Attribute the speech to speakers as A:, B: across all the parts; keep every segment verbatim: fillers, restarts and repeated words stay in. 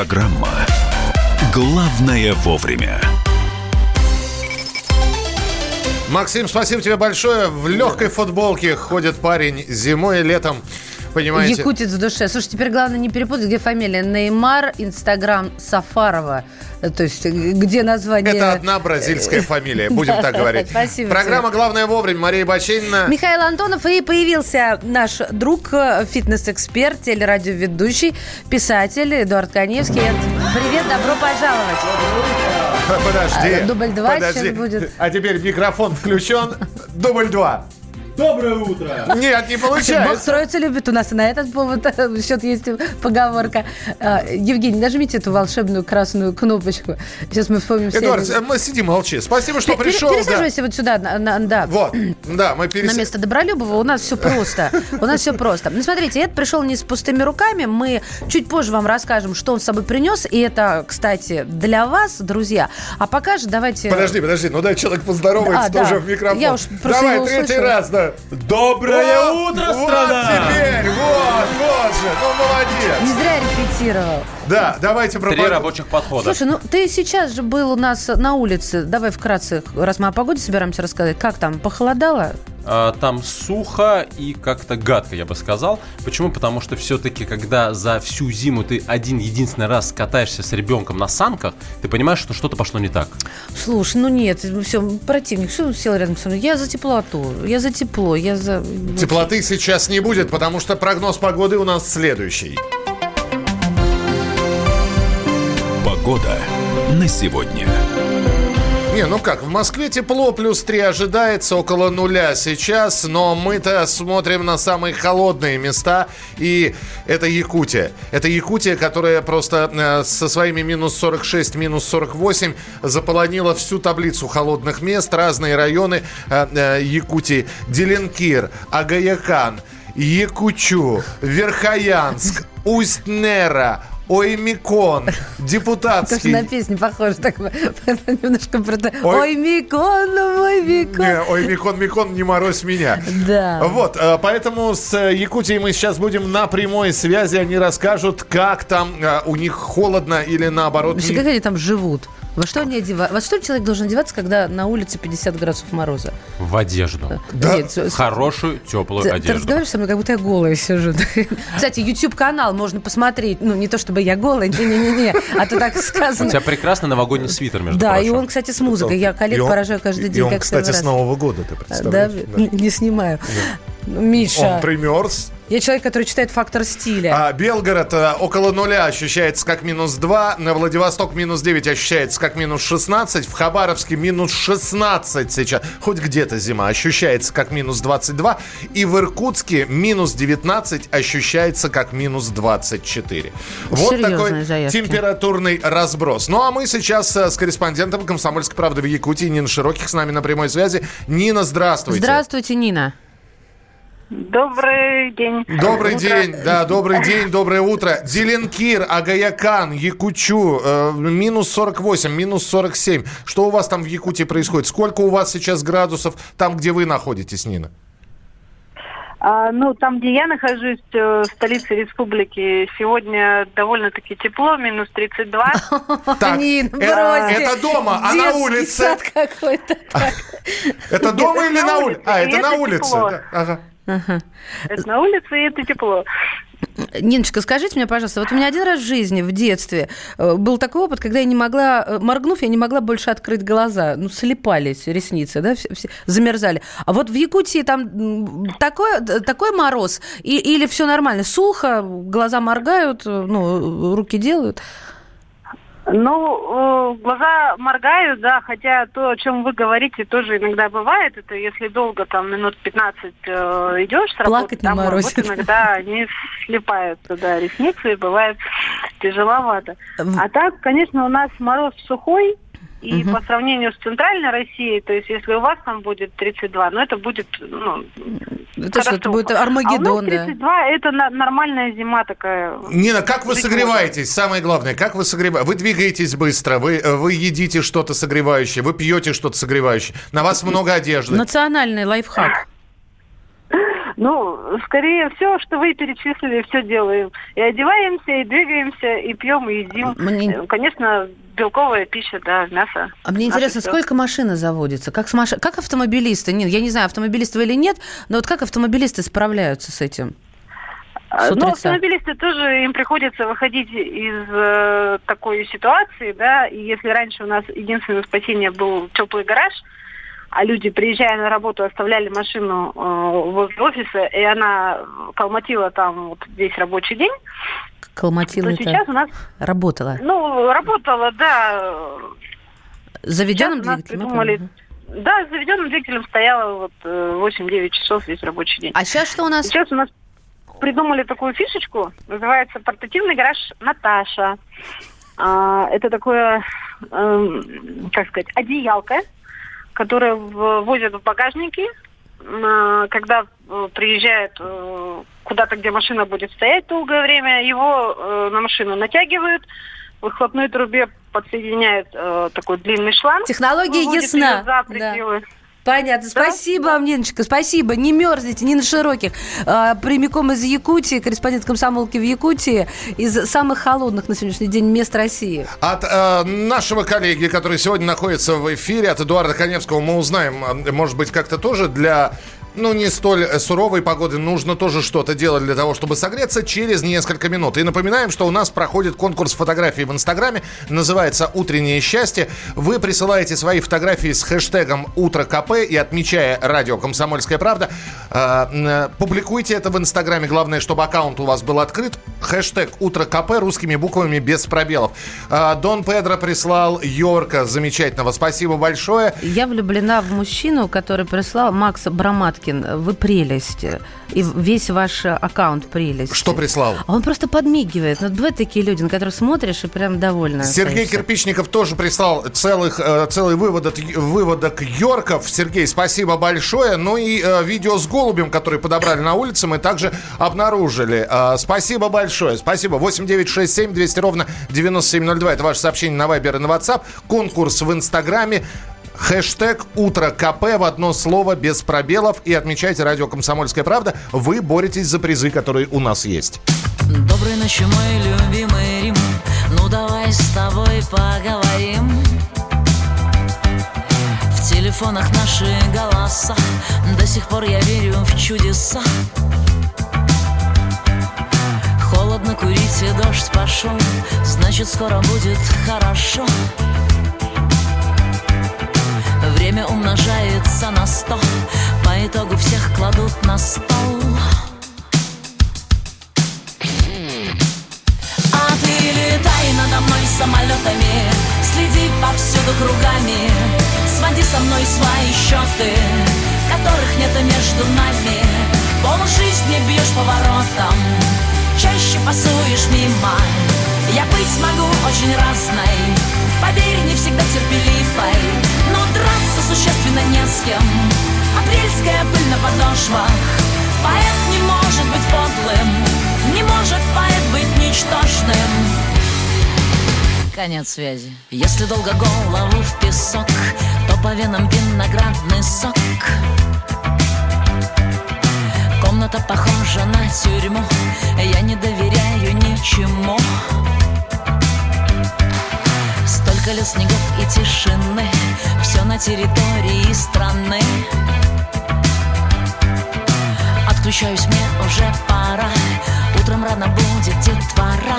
A: Программа «Главное вовремя».
B: Максим, спасибо тебе большое. В легкой футболке ходит парень зимой и летом. Понимаете?
C: Якутец в душе. Слушай, теперь главное не перепутать, где фамилия. Неймар, Инстаграм Сафарова. То есть, где название...
B: Это одна бразильская фамилия, будем так говорить.
C: Спасибо.
B: Программа «Главное вовремя». Мария Баченина.
C: Михаил Антонов. И появился наш друг, фитнес-эксперт, телерадиоведущий, писатель Эдуард Каневский. Привет, добро пожаловать.
B: Подожди.
C: Дубль два
B: подожди.
C: сейчас будет.
B: А теперь микрофон включен. Дубль два.
D: Доброе утро!
B: Нет, не получается.
C: Бог строится любит. У нас и на этот повод счет есть поговорка. Евгений, нажмите эту волшебную красную кнопочку. Сейчас мы вспомним все.
B: Эдуард, мы сидим, молчи. Спасибо, что пришел.
C: Пересаживайся да. вот сюда. На, на, да.
B: Вот, да, мы перес...
C: На место Добролюбова. У нас все просто. У нас все просто. Ну, смотрите, Эд пришел не с пустыми руками. Мы чуть позже вам расскажем, что он с собой принес. И это, кстати, для вас, друзья. А пока же давайте...
B: Подожди, подожди. Ну дай человек поздоровается
C: а,
B: тоже
C: да.
B: в микрофон.
C: Я уж
B: Давай, третий
C: услышала.
B: раз, да.
D: Доброе
B: вот,
D: утро,
B: вот
D: страна!
B: теперь, вот, вот же, ну молодец.
C: Не зря репетировал.
B: Да, давайте про...
D: Три рабочих подхода.
C: Слушай, ну ты сейчас же был у нас на улице. Давай вкратце, раз мы о погоде собираемся рассказать. Как там, похолодало?
D: Там сухо и как-то гадко, я бы сказал. Почему? Потому что все-таки, когда за всю зиму ты один-единственный раз катаешься с ребенком на санках, ты понимаешь, что что-то пошло не так.
C: Слушай, ну нет, все, противник, все сел рядом со мной. Я за теплоту, я за тепло, я за...
B: Теплоты сейчас не будет, потому что прогноз погоды у нас следующий.
A: Погода на сегодня.
B: Не, ну как, в Москве тепло, плюс три ожидается, около нуля сейчас, но мы-то смотрим на самые холодные места, и это Якутия. Это Якутия, которая просто э, со своими минус сорок шесть, минус сорок восемь заполонила всю таблицу холодных мест, разные районы э, э, Якутии. Деленкир, Агаякан, Якучу, Верхоянск, Усть-Нера, Оймикон, Депутатский.
C: Тоже на песню похоже. Так, немножко про то. Ой, Микон, ой, Микон.
B: Не, ой, Микон, Микон, не морозь меня.
C: Да.
B: Вот, поэтому с Якутией мы сейчас будем на прямой связи. Они расскажут, как там у них холодно или наоборот.
C: Вообще, как они там живут? Во что они одеваются? Во что человек должен одеваться, когда на улице пятьдесят градусов мороза?
D: В одежду.
B: Да.
D: Нет, в хорошую, теплую
C: ты,
D: одежду.
C: Ты разговариваешь со мной, как будто я голая сижу. Кстати, YouTube-канал можно посмотреть. Ну, не то чтобы я голая, не-не-не, а то так сказано.
D: У тебя прекрасный новогодний свитер, между
C: да,
D: прочим.
C: Да, и он, кстати, с музыкой. Я коллег поражаю каждый день.
B: И он,
C: как
B: кстати, с Нового года, ты представляешь?
C: Да, да. Не снимаю. Да. Миша.
B: Он примерз.
C: Я человек, который читает «Фактор стиля».
B: А Белгород а, около нуля ощущается как минус два. На Владивосток минус девять ощущается как минус шестнадцать. В Хабаровске минус шестнадцать сейчас. Хоть где-то зима ощущается как минус двадцать два. И в Иркутске минус девятнадцать ощущается как минус двадцать четыре. Вот
C: серьезные
B: такой
C: заявки.
B: Температурный разброс. Ну а мы сейчас с корреспондентом «Комсомольской правды» в Якутии Нина Широких с нами на прямой связи. Нина, здравствуйте.
C: Здравствуйте, Нина.
E: Добрый день.
B: Добрый
E: утро.
B: день, да, добрый день, доброе утро. Деленкир, Агаякан, Якучу, э, минус сорок восемь, минус сорок семь. Что у вас там в Якутии происходит? Сколько у вас сейчас градусов там, где вы находитесь, Нина?
E: А, ну, там, где я нахожусь, в столице республики, сегодня довольно-таки тепло, минус тридцать два.
B: Так,
C: Нин,
B: это,
C: брось.
B: это дома, а на
C: Детский
B: улице?
C: сад какой-то.
B: Это дома или на улице? А, это
E: И
B: на
E: это
B: улице.
E: тепло.
B: Да, ага.
E: Это на улице, и это тепло.
C: Ниночка, скажите мне, пожалуйста, вот у меня один раз в жизни, в детстве, был такой опыт, когда я не могла, моргнув, я не могла больше открыть глаза. Ну, слепались ресницы, да, все, все замерзали. А вот в Якутии там такой, такой мороз, и, или все нормально? Сухо, глаза моргают, ну, руки делают?
E: Ну, глаза моргают, да, хотя то, о чем вы говорите, тоже иногда бывает. Это если долго, там, минут пятнадцать э, идешь с работы,
C: плакать
E: там,
C: на морозе.
E: вот иногда они слипаются, да, ресницы, и бывает тяжеловато. А так, конечно, у нас мороз сухой, и угу. по сравнению с центральной Россией, то есть если у вас там будет тридцать два, ну это будет, ну,
C: это что, это будет Армагеддон,
E: а у нас тридцать два, да. Это на- нормальная зима такая.
B: Нина, как вы согреваетесь? Самое главное, как вы согреваетесь? Вы двигаетесь быстро, вы, вы едите что-то согревающее, вы пьете что-то согревающее, на вас много одежды.
C: Национальный лайфхак.
E: Ну, скорее все, что вы перечислили, все делаем. И одеваемся, и двигаемся, и пьем, и едим.
C: Мне...
E: Конечно, белковая пища, да, мясо.
C: А мне интересно,
E: все.
C: Сколько машина заводится? Как, с маш... как автомобилисты? Нет, я не знаю, автомобилисты вы или нет, но вот как автомобилисты справляются с этим?
E: Ну, автомобилисты тоже, им приходится выходить из э, такой ситуации, да, и если раньше у нас единственное спасение был теплый гараж, а люди, приезжая на работу, оставляли машину э, возле офиса, и она калматила там вот весь рабочий день,
C: калматила
E: то сейчас у нас...
C: Работала?
E: Ну, работала, да.
C: Заведенным двигателем?
E: Придумали... Да, с заведенным двигателем стояла вот восемь-девять часов весь рабочий день.
C: А сейчас что у нас?
E: Сейчас у нас придумали такую фишечку, называется портативный гараж «Наташа». А, это такое, э, как сказать, одеялко, которое возят в багажнике, э, когда э, приезжает э, куда-то, где машина будет стоять долгое время, его э, на машину натягивают, в выхлопной трубе подсоединяют э, такой длинный шланг.
C: Технология ясна.
E: За пределы.
C: Да. Понятно.
E: Да?
C: Спасибо вам, Ниночка, спасибо. Не мерзните, не на широких. А, прямиком из Якутии, корреспондент «Комсомолки» в Якутии, из самых холодных на сегодняшний день мест России.
B: От э, нашего коллеги, который сегодня находится в эфире, от Эдуарда Коневского, мы узнаем, может быть, как-то тоже для... Ну, не столь суровой погоды нужно тоже что-то делать для того, чтобы согреться через несколько минут. И напоминаем, что у нас проходит конкурс фотографий в Инстаграме. Называется «Утреннее счастье». Вы присылаете свои фотографии с хэштегом «Утро КП» и отмечая радио «Комсомольская правда». Э, публикуйте это в Инстаграме. Главное, чтобы аккаунт у вас был открыт. Хэштег «Утро КП» русскими буквами без пробелов. Э, Дон Педро прислал Йорка замечательного. Спасибо большое.
C: Я влюблена в мужчину, который прислал Макс Браматкин. Вы прелесть. И весь ваш аккаунт прелесть.
B: Что прислал?
C: А он просто подмигивает. Ну, бывают такие люди, на которых смотришь и прям довольна.
B: Сергей остаешься. Кирпичников тоже прислал целых, целый выводок, выводок Йорков. Сергей, спасибо большое. Ну и э, видео с голубем, который подобрали на улице, мы также обнаружили. Э, спасибо большое. Спасибо. восемь девять шесть семь двести ровно девяносто семь ноль два. Это ваше сообщение на Вайбер и на WhatsApp. Конкурс в Инстаграме. Хэштег «Утро КП» в одно слово, без пробелов. И отмечайте радио «Комсомольская правда». Вы боретесь за призы, которые у нас есть.
F: Доброй ночи, мой любимый Рим. Ну давай с тобой поговорим. В телефонах наши голоса. До сих пор я верю в чудеса. Холодно курить и дождь пошел. Значит, скоро будет хорошо. Время умножается на сто. По итогу всех кладут на стол. А ты летай надо мной самолетами. Следи повсюду кругами. Своди со мной свои счеты, которых нет между нами. Полжизни бьешь поворотом, чаще пасуешь мимо. Я быть могу очень разной, поверь, не всегда терпеливой, но драться существенно не с кем. Апрельская пыль на подошвах. Поэт не может быть подлым, не может поэт быть ничтожным. Конец связи. Если долго голову в песок, то по венам виноградный сок. Комната похожа на тюрьму, я не доверяю ничему. Столько лет снегов и тишины, все на территории страны. Отключаюсь, мне уже пора, утром рано будет детвора.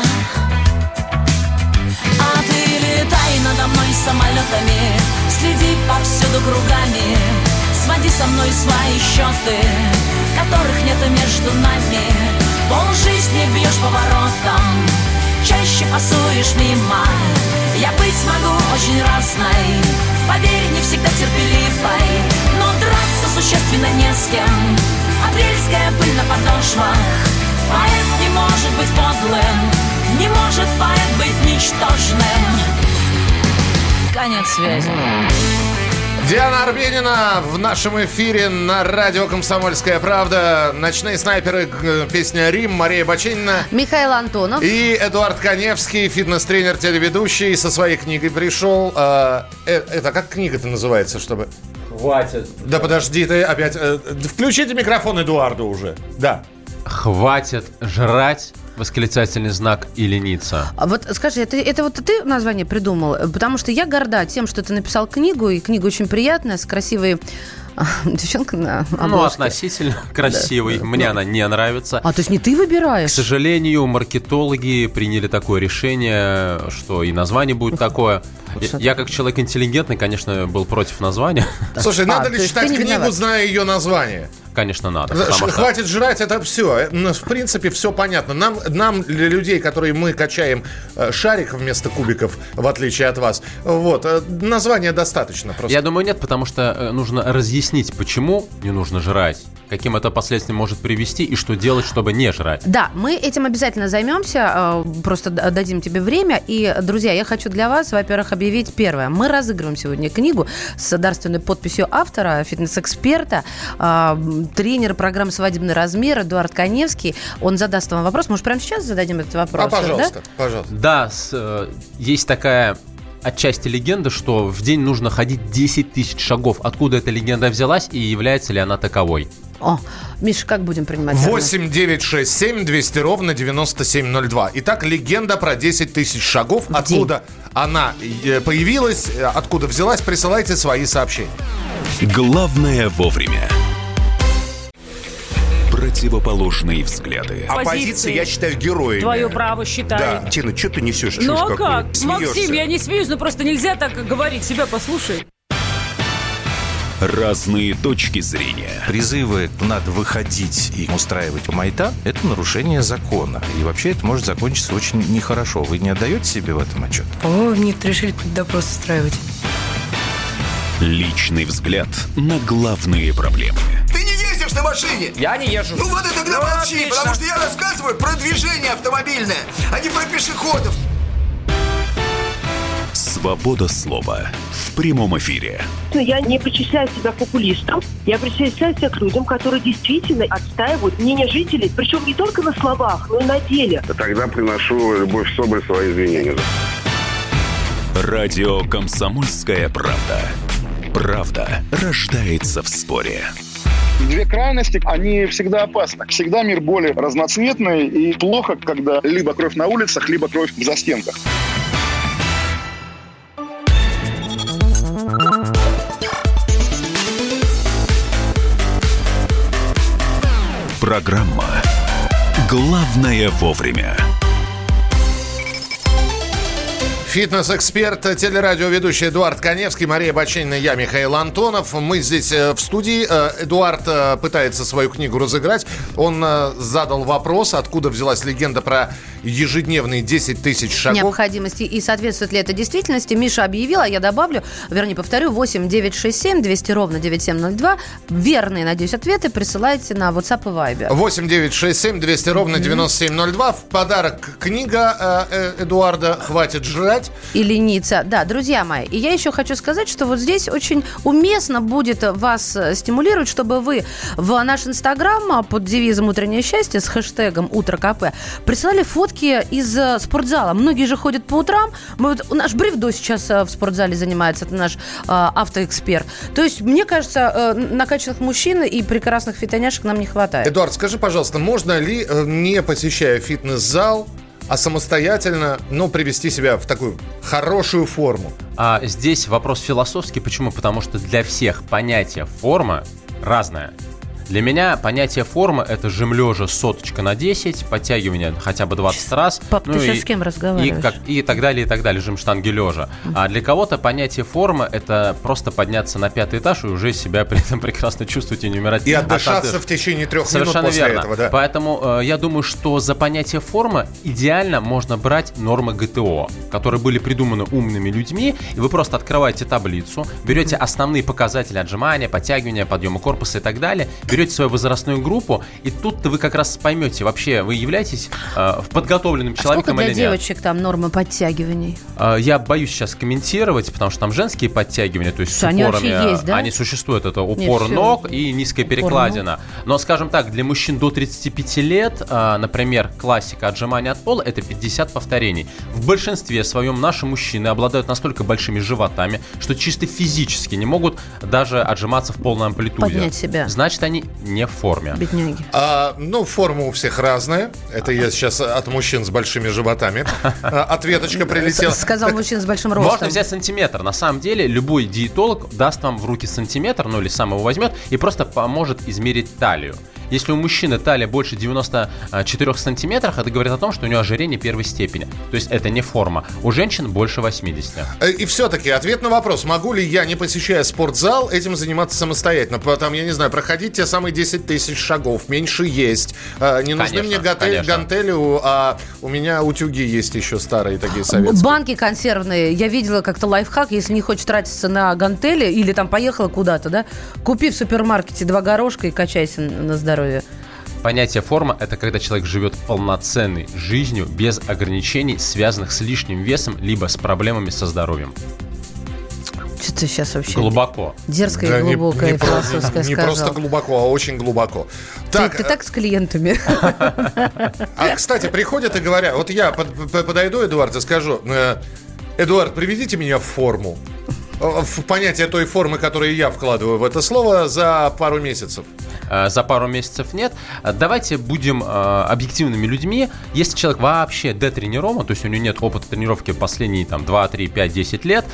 F: А ты летай надо мной самолетами, следи повсюду кругами. Своди со мной свои счеты, которых нет между нами. Полжизни бьешь поворотом, чаще пасуешь мимо. Я быть могу очень разной, поверь, не всегда терпеливой, но драться существенно не с кем. Апрельская пыль на подошвах. Поэт не может быть подлым, не может поэт быть ничтожным. Конец связи.
B: Диана Арбенина в нашем эфире на радио «Комсомольская правда». «Ночные снайперы», песня «Рим», Мария Баченина.
C: Михаил Антонов.
B: И Эдуард Коневский, фитнес-тренер, телеведущий, со своей книгой пришел. Это как книга-то называется, чтобы...
D: Хватит.
B: Да подожди ты опять. Э, включите микрофон Эдуарду уже. Да.
D: Хватит жрать. Восклицательный знак и лениться.
C: А вот скажи, это, это вот ты название придумал? Потому что я горда тем, что ты написал книгу, и книга очень приятная, с красивой девчонка на обложке.
D: Ну, относительно красивой. Да. Мне да. она не нравится.
C: А, то есть не ты выбираешь?
D: К сожалению, маркетологи приняли такое решение, что и название будет такое. Я, я как человек интеллигентный, конечно, был против названия.
B: Слушай, надо а, ли читать книгу, виноват. Зная ее название?
D: Конечно, надо.
B: Ш- хватит что... жрать, это все. В принципе, все понятно. Нам, нам, для людей, которые мы качаем шарик вместо кубиков, в отличие от вас, вот, названия достаточно просто.
D: Я думаю, нет, потому что нужно разъяснить, почему не нужно жрать, каким это последствиям может привести и что делать, чтобы не жрать.
C: Да, мы этим обязательно займемся, просто дадим тебе время. И, друзья, я хочу для вас, во-первых, объявить первое. Мы разыгрываем сегодня книгу с дарственной подписью автора, фитнес-эксперта, тренер программы «Свадебный размер» Эдуард Каневский. Он задаст вам вопрос. Может, прямо сейчас зададим этот вопрос?
B: А, пожалуйста,
C: да?
B: пожалуйста.
D: Да, с, э, есть такая отчасти легенда, что в день нужно ходить десять тысяч шагов. Откуда эта легенда взялась и является ли она таковой?
C: О, Миша, как будем принимать?
B: восемь девятьсот шестьдесят семь двести ровно девяносто семь ноль два. Итак, легенда про десять тысяч шагов. В откуда день. Она появилась, откуда взялась, присылайте свои сообщения.
A: Главное вовремя. Противоположные взгляды.
G: Оппозиция, я считаю, героями.
H: Твое право считаю.
G: Да. Тина, что ты несешь?
H: Ну а как? Смеешься? Максим, я не смеюсь, но просто нельзя так говорить. Себя послушай.
A: Разные точки зрения.
I: Призывы «надо выходить и устраивать майдан» — это нарушение закона. И вообще это может закончиться очень нехорошо. Вы не отдаете себе в этом отчет?
H: О, нет, решили допрос устраивать.
A: Личный взгляд на главные проблемы.
J: Ты не ездишь на машине?
K: Я не езжу.
J: Ну вот и тогда
K: ну,
J: молчи,
K: отлично.
J: Потому что я рассказываю про движение автомобильное, а не про пешеходов.
A: Свобода слова в прямом эфире.
L: Я не причисляю себя к популистам, я причисляю себя к людям, которые действительно отстаивают мнение жителей, причем не только на словах, но и на деле.
M: Тогда приношу Любовь Соболь свои извинения.
A: Радио «Комсомольская правда». Правда рождается в споре.
N: Две крайности, они всегда опасны. Всегда мир более разноцветный, и плохо, когда либо кровь на улицах, либо кровь в застенках.
A: Программа «Главное вовремя».
B: Фитнес-эксперт, телерадиоведущий Эдуард Каневский, Мария Баченина, я, Михаил Антонов. Мы здесь в студии. Эдуард пытается свою книгу разыграть. Он задал вопрос, откуда взялась легенда про ежедневные десять тысяч шагов.
C: Необходимости и соответствует ли это действительности. Миша объявила, я добавлю, вернее, повторю, восемь девятьсот шестьдесят семь двести ровно девяносто семь ноль два. Верные, надеюсь, ответы присылайте на WhatsApp и Viber.
B: восемь девятьсот шестьдесят семь двести ровно девяносто семь ноль два. В подарок книга э, Эдуарда «Хватит жрать».
C: И лениться. Да, друзья мои. И я еще хочу сказать, что вот здесь очень уместно будет вас стимулировать, чтобы вы в наш Инстаграм под девизом «Утреннее счастье» с хэштегом «Утро КП» присылали фотки из спортзала. Многие же ходят по утрам. Мы вот, наш Бревдо сейчас в спортзале занимается, это наш э, автоэксперт. То есть, мне кажется, э, накачанных мужчин и прекрасных фитоняшек нам не хватает.
B: Эдуард, скажи, пожалуйста, можно ли, не посещая фитнес-зал, а самостоятельно, ну, привести себя в такую хорошую форму?
D: А здесь вопрос философский. Почему? Потому что для всех понятие форма разное. Для меня понятие формы – это жим лежа соточка на десять, подтягивание хотя бы двадцать раз.
C: Пап,
D: ну
C: ты сейчас
D: и,
C: с кем разговариваешь?
D: И, как, и так далее, и так далее, жим штанги лежа. Uh-huh. А для кого-то понятие формы – это просто подняться на пятый этаж и уже себя при этом прекрасно чувствовать и не умирать.
B: И отдышаться в течение трех
D: Совершенно
B: минут после
D: верно.
B: этого, да.
D: Поэтому э, я думаю, что за понятие формы идеально можно брать нормы ГТО, которые были придуманы умными людьми, и вы просто открываете таблицу, берете основные показатели отжимания, подтягивания, подъема корпуса и так далее, берете свою возрастную группу, и тут-то вы как раз поймете, вообще вы являетесь э, подготовленным человеком
C: а
D: или нет.
C: Сколько для девочек там норма подтягиваний?
D: Э, я боюсь сейчас комментировать, потому что там женские подтягивания, то есть с
C: они
D: упорами,
C: есть, да?
D: они существуют. Это упор Нет, ног все. И низкая упор перекладина. Ног. Но, скажем так, для мужчин до тридцати пяти лет, э, например, классика отжимания от пола – это пятьдесят повторений. В большинстве своем наши мужчины обладают настолько большими животами, что чисто физически не могут даже отжиматься в полной амплитуде.
C: Поднять себя.
D: Значит, они не в форме.
C: Бедняги.
B: А, ну, форма у всех разная. Это я сейчас от мужчин с большими животами. Ответочка прилетела.
C: Сказал мужчина с большим ростом.
D: Можно взять сантиметр. На самом деле, любой диетолог даст вам в руки сантиметр, ну или сам его возьмет, и просто поможет измерить талию. Если у мужчины талия больше девяноста четырёх сантиметров, это говорит о том, что у него ожирение первой степени. То есть это не форма. У женщин больше восьмидесяти.
B: И все-таки ответ на вопрос, могу ли я, не посещая спортзал, этим заниматься самостоятельно? Там, я не знаю, проходить те самые десять тысяч шагов, меньше есть. Не нужны конечно, мне гантели, гантели, а у меня утюги есть еще старые такие советские.
C: Банки консервные. Я видела как-то лайфхак, если не хочешь тратиться на гантели или там поехала куда-то, да, купи в супермаркете два горошка и качайся на здоровье.
D: Понятие форма – это когда человек живет полноценной жизнью без ограничений, связанных с лишним весом, либо с проблемами со здоровьем.
C: Что-то сейчас вообще...
D: Глубоко.
C: Дерзкая
B: да,
C: и глубокая
B: не, не
C: философская
B: Не, не просто глубоко, а очень глубоко.
C: Так, ты, ты так с клиентами.
B: А, кстати, приходят и говорят, вот я подойду, Эдуард, и скажу, Эдуард, приведите меня в форму. В понятие той формы, которую я вкладываю в это слово, за пару месяцев.
D: За пару месяцев нет. Давайте будем э, объективными людьми. Если человек вообще детренирован, то есть у него нет опыта тренировки последние там, два, три, пять, десять лет,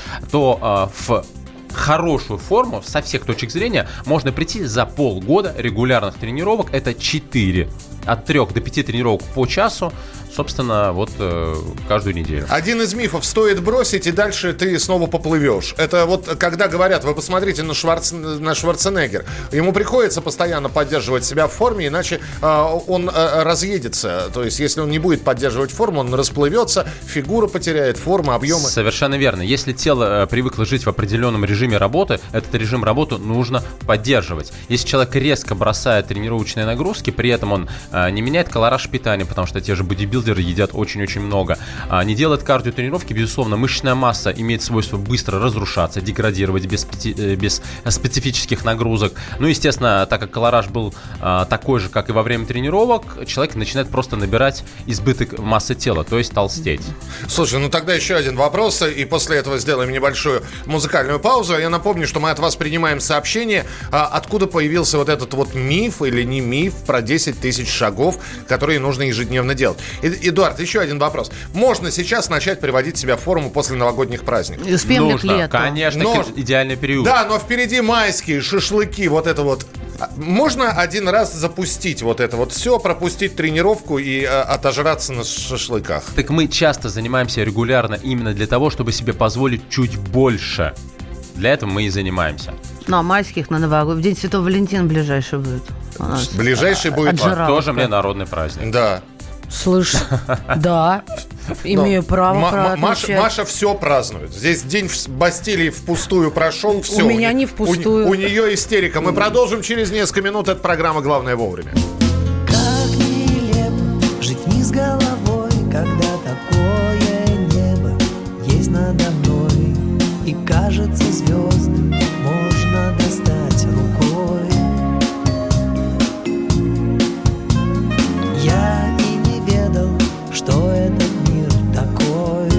D: то э, в хорошую форму со всех точек зрения можно прийти за полгода регулярных тренировок. Это четыре. От трех до пяти тренировок по часу, собственно, вот э, каждую неделю.
B: Один из мифов: стоит бросить, и дальше ты снова поплывешь. Это вот когда говорят, вы посмотрите на, Шварц, на Шварценеггер. Ему приходится постоянно поддерживать себя в форме, иначе э, он э, разъедется. То есть, если он не будет поддерживать форму, он расплывется, фигура потеряет форму, объемы.
D: Совершенно верно. Если тело э, привыкло жить в определенном режиме работы, этот режим работы нужно поддерживать. Если человек резко бросает тренировочные нагрузки, при этом он э, не меняет колораж питания, потому что те же бодибилдеры едят очень-очень много. Не делает кардиотренировки, безусловно, мышечная масса имеет свойство быстро разрушаться, деградировать без, без специфических нагрузок. Ну, естественно, так как колораж был а, такой же, как и во время тренировок, человек начинает просто набирать избыток массы тела, то есть толстеть.
B: Слушай, ну тогда еще один вопрос, и после этого сделаем небольшую музыкальную паузу. Я напомню, что мы от вас принимаем сообщение, а, откуда появился вот этот вот миф или не миф про десять тысяч шагов, которые нужно ежедневно делать. Эдуард, еще один вопрос. Можно сейчас начать приводить себя в форму после новогодних праздников?
C: Успеем ли к лету?
D: Конечно, но, идеальный период.
B: Да, но впереди майские, шашлыки, вот это вот. Можно один раз запустить вот это вот все, пропустить тренировку и а, отожраться на шашлыках?
D: Так мы часто занимаемся регулярно именно для того, чтобы себе позволить чуть больше. Для этого мы и занимаемся.
C: Ну, а майских на Новогодний, в День Святого Валентина ближайший будет.
B: Ближайший будет.
D: Тоже мне народный праздник.
B: Да.
C: Слышь, да, имею право про
B: Маша, Маша все празднует. Здесь день в Бастилии впустую прошел, все.
C: У меня не впустую.
B: У, у нее истерика. Мы продолжим через несколько минут. Это программа «Главное вовремя».
K: Как нелепо жить не с головой, когда такое небо есть надо мной, и кажется, звезды можно достать рукой. Я и не ведал, что этот мир такой.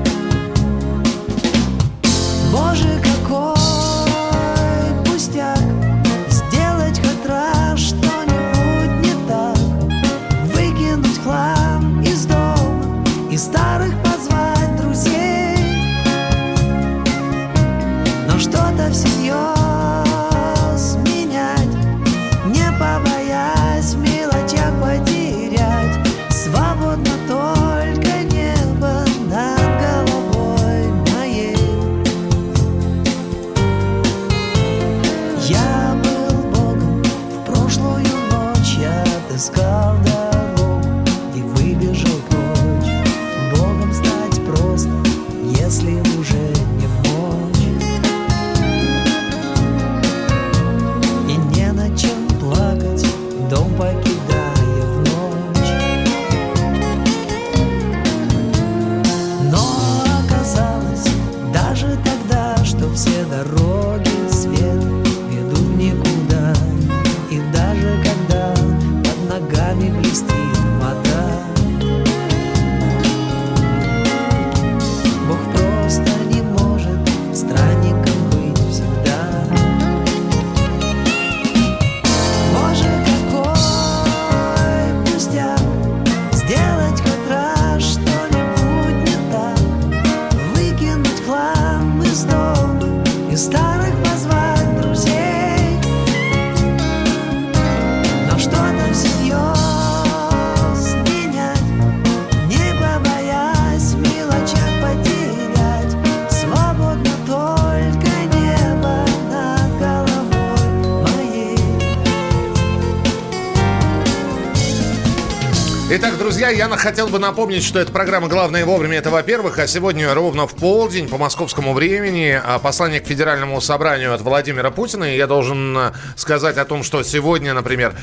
K: Боже, какой пустяк сделать хоть раз что-нибудь не так, выкинуть хлам из дома и старых позвать друзей. Но ногами блестит вода. Бог просто не может странником быть всегда. Боже, какой пустяк сделать хоть раз что-нибудь не так, выкинуть хлам из дома и старых позвать друзей, но что-то всерьез менять, не побоясь в мелочах потерять. Свободно только небо над головой моей.
B: Итак, друзья, я хотел бы напомнить, что эта программа «Главное вовремя» — это, во-первых, а сегодня ровно в полдень по московскому времени послание к Федеральному собранию от Владимира Путина. И я должен сказать о том, что сегодня, например,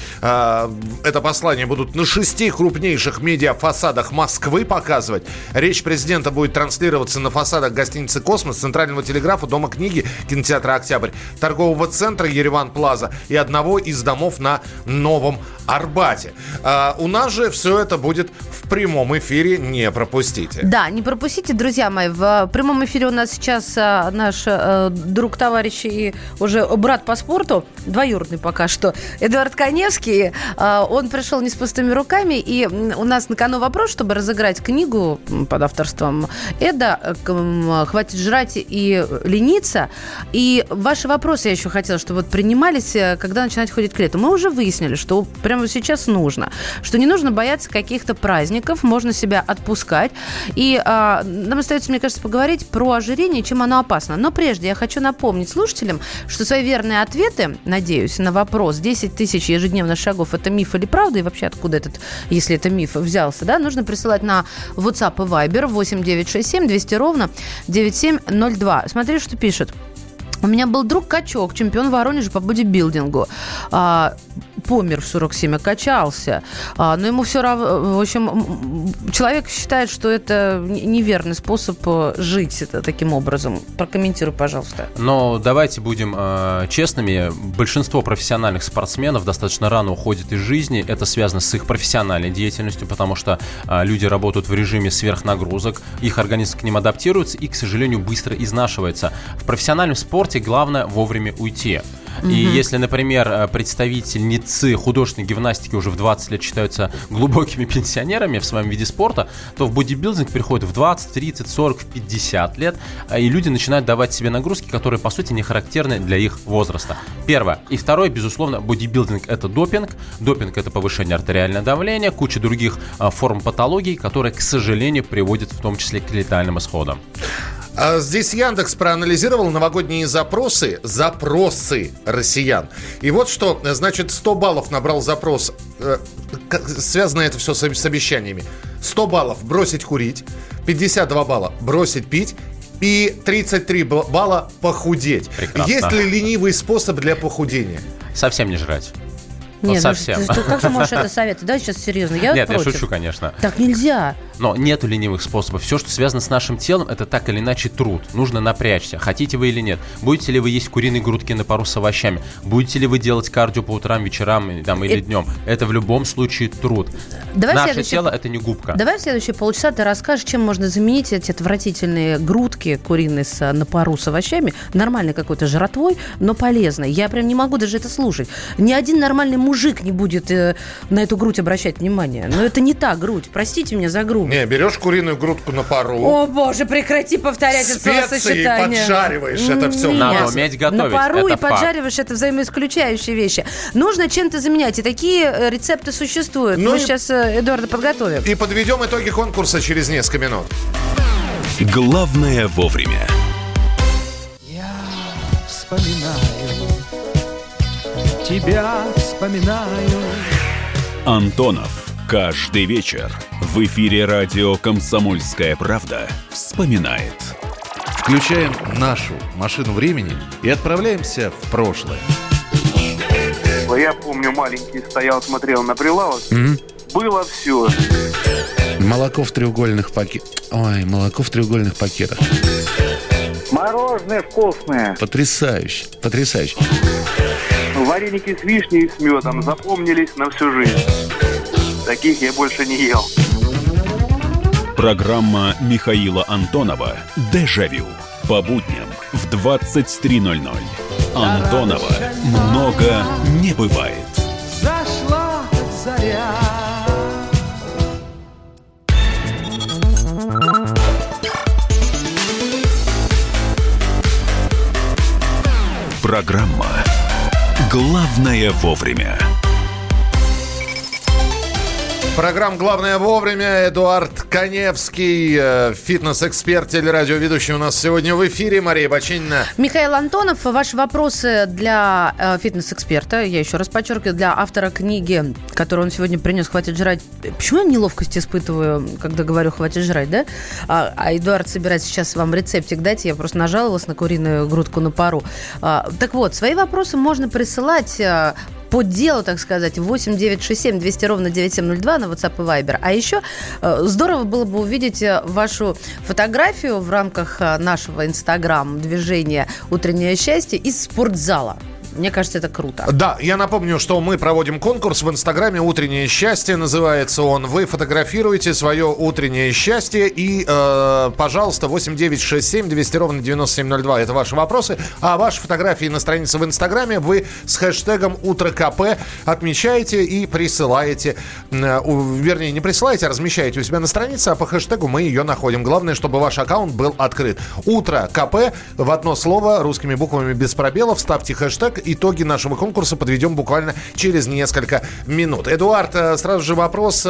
B: это послание будут на шести крупнейших медиафасадах Москвы показывать. Речь президента будет транслироваться на фасадах гостиницы «Космос», Центрального телеграфа, Дома книги, кинотеатра «Октябрь», торгового центра «Ереван Плаза» и одного из домов на Новом Арбате. У нас же все это будет в прямом эфире, не пропустите.
C: Да, не пропустите, друзья мои. В прямом эфире у нас сейчас а, наш а, друг, товарищ и уже брат по спорту, двоюродный пока что, Эдуард Коневский. А, он пришел не с пустыми руками, и у нас на кону вопрос, чтобы разыграть книгу под авторством Эда «Хватит жрать и лениться». И ваши вопросы я еще хотела, чтобы вот принимались, когда начинать ходить к лету. Мы уже выяснили, что прямо сейчас нужно, что не нужно бояться каких-то праздников, можно себя отпускать. И а, нам остается, мне кажется, поговорить про ожирение, чем оно опасно. Но прежде я хочу напомнить слушателям, что свои верные ответы, надеюсь, на вопрос десять тысяч ежедневных шагов — это миф или правда, и вообще откуда этот, если это миф, взялся, да, нужно присылать на WhatsApp и Viber восемь девятьсот шестьдесят семь двести ровно девяносто семь ноль два. Смотри, что пишет. У меня был друг качок, чемпион Воронежа по бодибилдингу. А, помер в сорок семь, а качался. А, но ему все равно... В общем, человек считает, что это неверный способ жить таким образом. Прокомментируй, пожалуйста.
D: Но давайте будем э, честными. Большинство профессиональных спортсменов достаточно рано уходят из жизни. Это связано с их профессиональной деятельностью, потому что э, люди работают в режиме сверхнагрузок. Их организм к ним адаптируется и, к сожалению, быстро изнашивается. В профессиональном спорте главное вовремя уйти. Mm-hmm. И если, например, представительницы художественной гимнастики уже в двадцать лет считаются глубокими пенсионерами в своем виде спорта, то в бодибилдинг переходят в двадцать, тридцать, сорок, в пятьдесят лет, и люди начинают давать себе нагрузки, которые, по сути, не характерны для их возраста. Первое. И второе, безусловно, бодибилдинг – это допинг. Допинг – это повышение артериального давления, куча других а, форм патологий, которые, к сожалению, приводят в том числе к летальным исходам.
B: Здесь Яндекс проанализировал новогодние запросы, запросы россиян. И вот что, значит, сто баллов набрал запрос, э, связано это все с, с обещаниями. сто баллов бросить курить, пятьдесят два балла бросить пить и тридцать три балла похудеть.
D: Прекрасно.
B: Есть ли ленивый способ для похудения?
D: Совсем не жрать.
C: Нет,
D: вот совсем.
C: Ну, ты, как ты можешь это советовать? Да, сейчас серьезно. Я
D: Нет,
C: против.
D: я шучу, конечно.
C: Так нельзя.
D: Но нету ленивых способов. Все, что связано с нашим телом, это так или иначе труд. Нужно напрячься. Хотите вы или нет. Будете ли вы есть куриные грудки на пару с овощами? Будете ли вы делать кардио по утрам, вечерам там, или это... днем? Это в любом случае труд.
C: Давай
D: Наше
C: следующий...
D: тело – это не губка.
C: Давай в следующие полчаса ты расскажешь, чем можно заменить эти отвратительные грудки куриные с, на пару с овощами. Нормальной какой-то жратвой, но полезной. Я прям не могу даже это слушать. Ни один нормальный мужик не будет э, на эту грудь обращать внимание. Но это не та грудь. Простите меня за грубость.
B: Не, берешь куриную грудку на пару.
C: О, боже, прекрати повторять это словосочетание.
B: Специи поджариваешь, это все.
D: Надо уметь готовить.
C: На пару
D: это
C: и поджариваешь, это взаимоисключающие вещи. Нужно чем-то заменять. И такие рецепты существуют. Ну Мы и... сейчас Эдуарда подготовим.
B: И подведем итоги конкурса через несколько минут.
A: Главное вовремя.
K: Я вспоминаю, тебя вспоминаю.
A: Антонов. Каждый вечер в эфире радио «Комсомольская правда» вспоминает.
O: Включаем нашу машину времени и отправляемся в прошлое.
P: Я помню, маленький стоял, смотрел на прилавок. Mm-hmm. Было все.
O: Молоко в треугольных пакетах. Ой, молоко в треугольных пакетах.
P: Мороженое вкусное.
O: Потрясающе, потрясающе.
P: Вареники с вишней и с медом запомнились на всю жизнь. Таких я больше не ел.
A: Программа Михаила Антонова «Дежавю». По будням в двадцать три ноль ноль. Антонова много не бывает.
K: Зашла заря.
A: Программа «Главное вовремя».
B: Программа «Главное вовремя». Эдуард Каневский, фитнес-эксперт, телерадиоведущий у нас сегодня в эфире. Мария Бачинина.
C: Михаил Антонов. Ваши вопросы для э, фитнес-эксперта. Я еще раз подчеркиваю, для автора книги, которую он сегодня принес «Хватит жрать». Почему я неловкость испытываю, когда говорю «хватит жрать», да? А, а Эдуард собирается сейчас вам рецептик дать. Я просто нажаловалась на куриную грудку на пару. А, так вот, свои вопросы можно присылать... А, по делу, так сказать, восемь девятьсот шестьдесят семь двести ровно девяносто семь ноль два на WhatsApp и Viber. А еще э, здорово было бы увидеть вашу фотографию в рамках нашего Инстаграм-движения «Утреннее счастье» из спортзала. Мне кажется, это круто.
B: Да, я напомню, что мы проводим конкурс в Инстаграме «Утреннее счастье». Называется он. Вы фотографируете свое утреннее счастье. И, э, пожалуйста, восемь девятьсот шестьдесят семь двести ровно девяносто семь ноль два. Это ваши вопросы. А ваши фотографии на странице в Инстаграме вы с хэштегом «Утро КП» отмечаете и присылаете. Э, вернее, не присылаете, а размещаете у себя на странице, а по хэштегу мы ее находим. Главное, чтобы ваш аккаунт был открыт. «Утро КП» в одно слово, русскими буквами без пробелов. Ставьте хэштег. Итоги нашего конкурса подведем буквально через несколько минут. Эдуард, сразу же вопрос.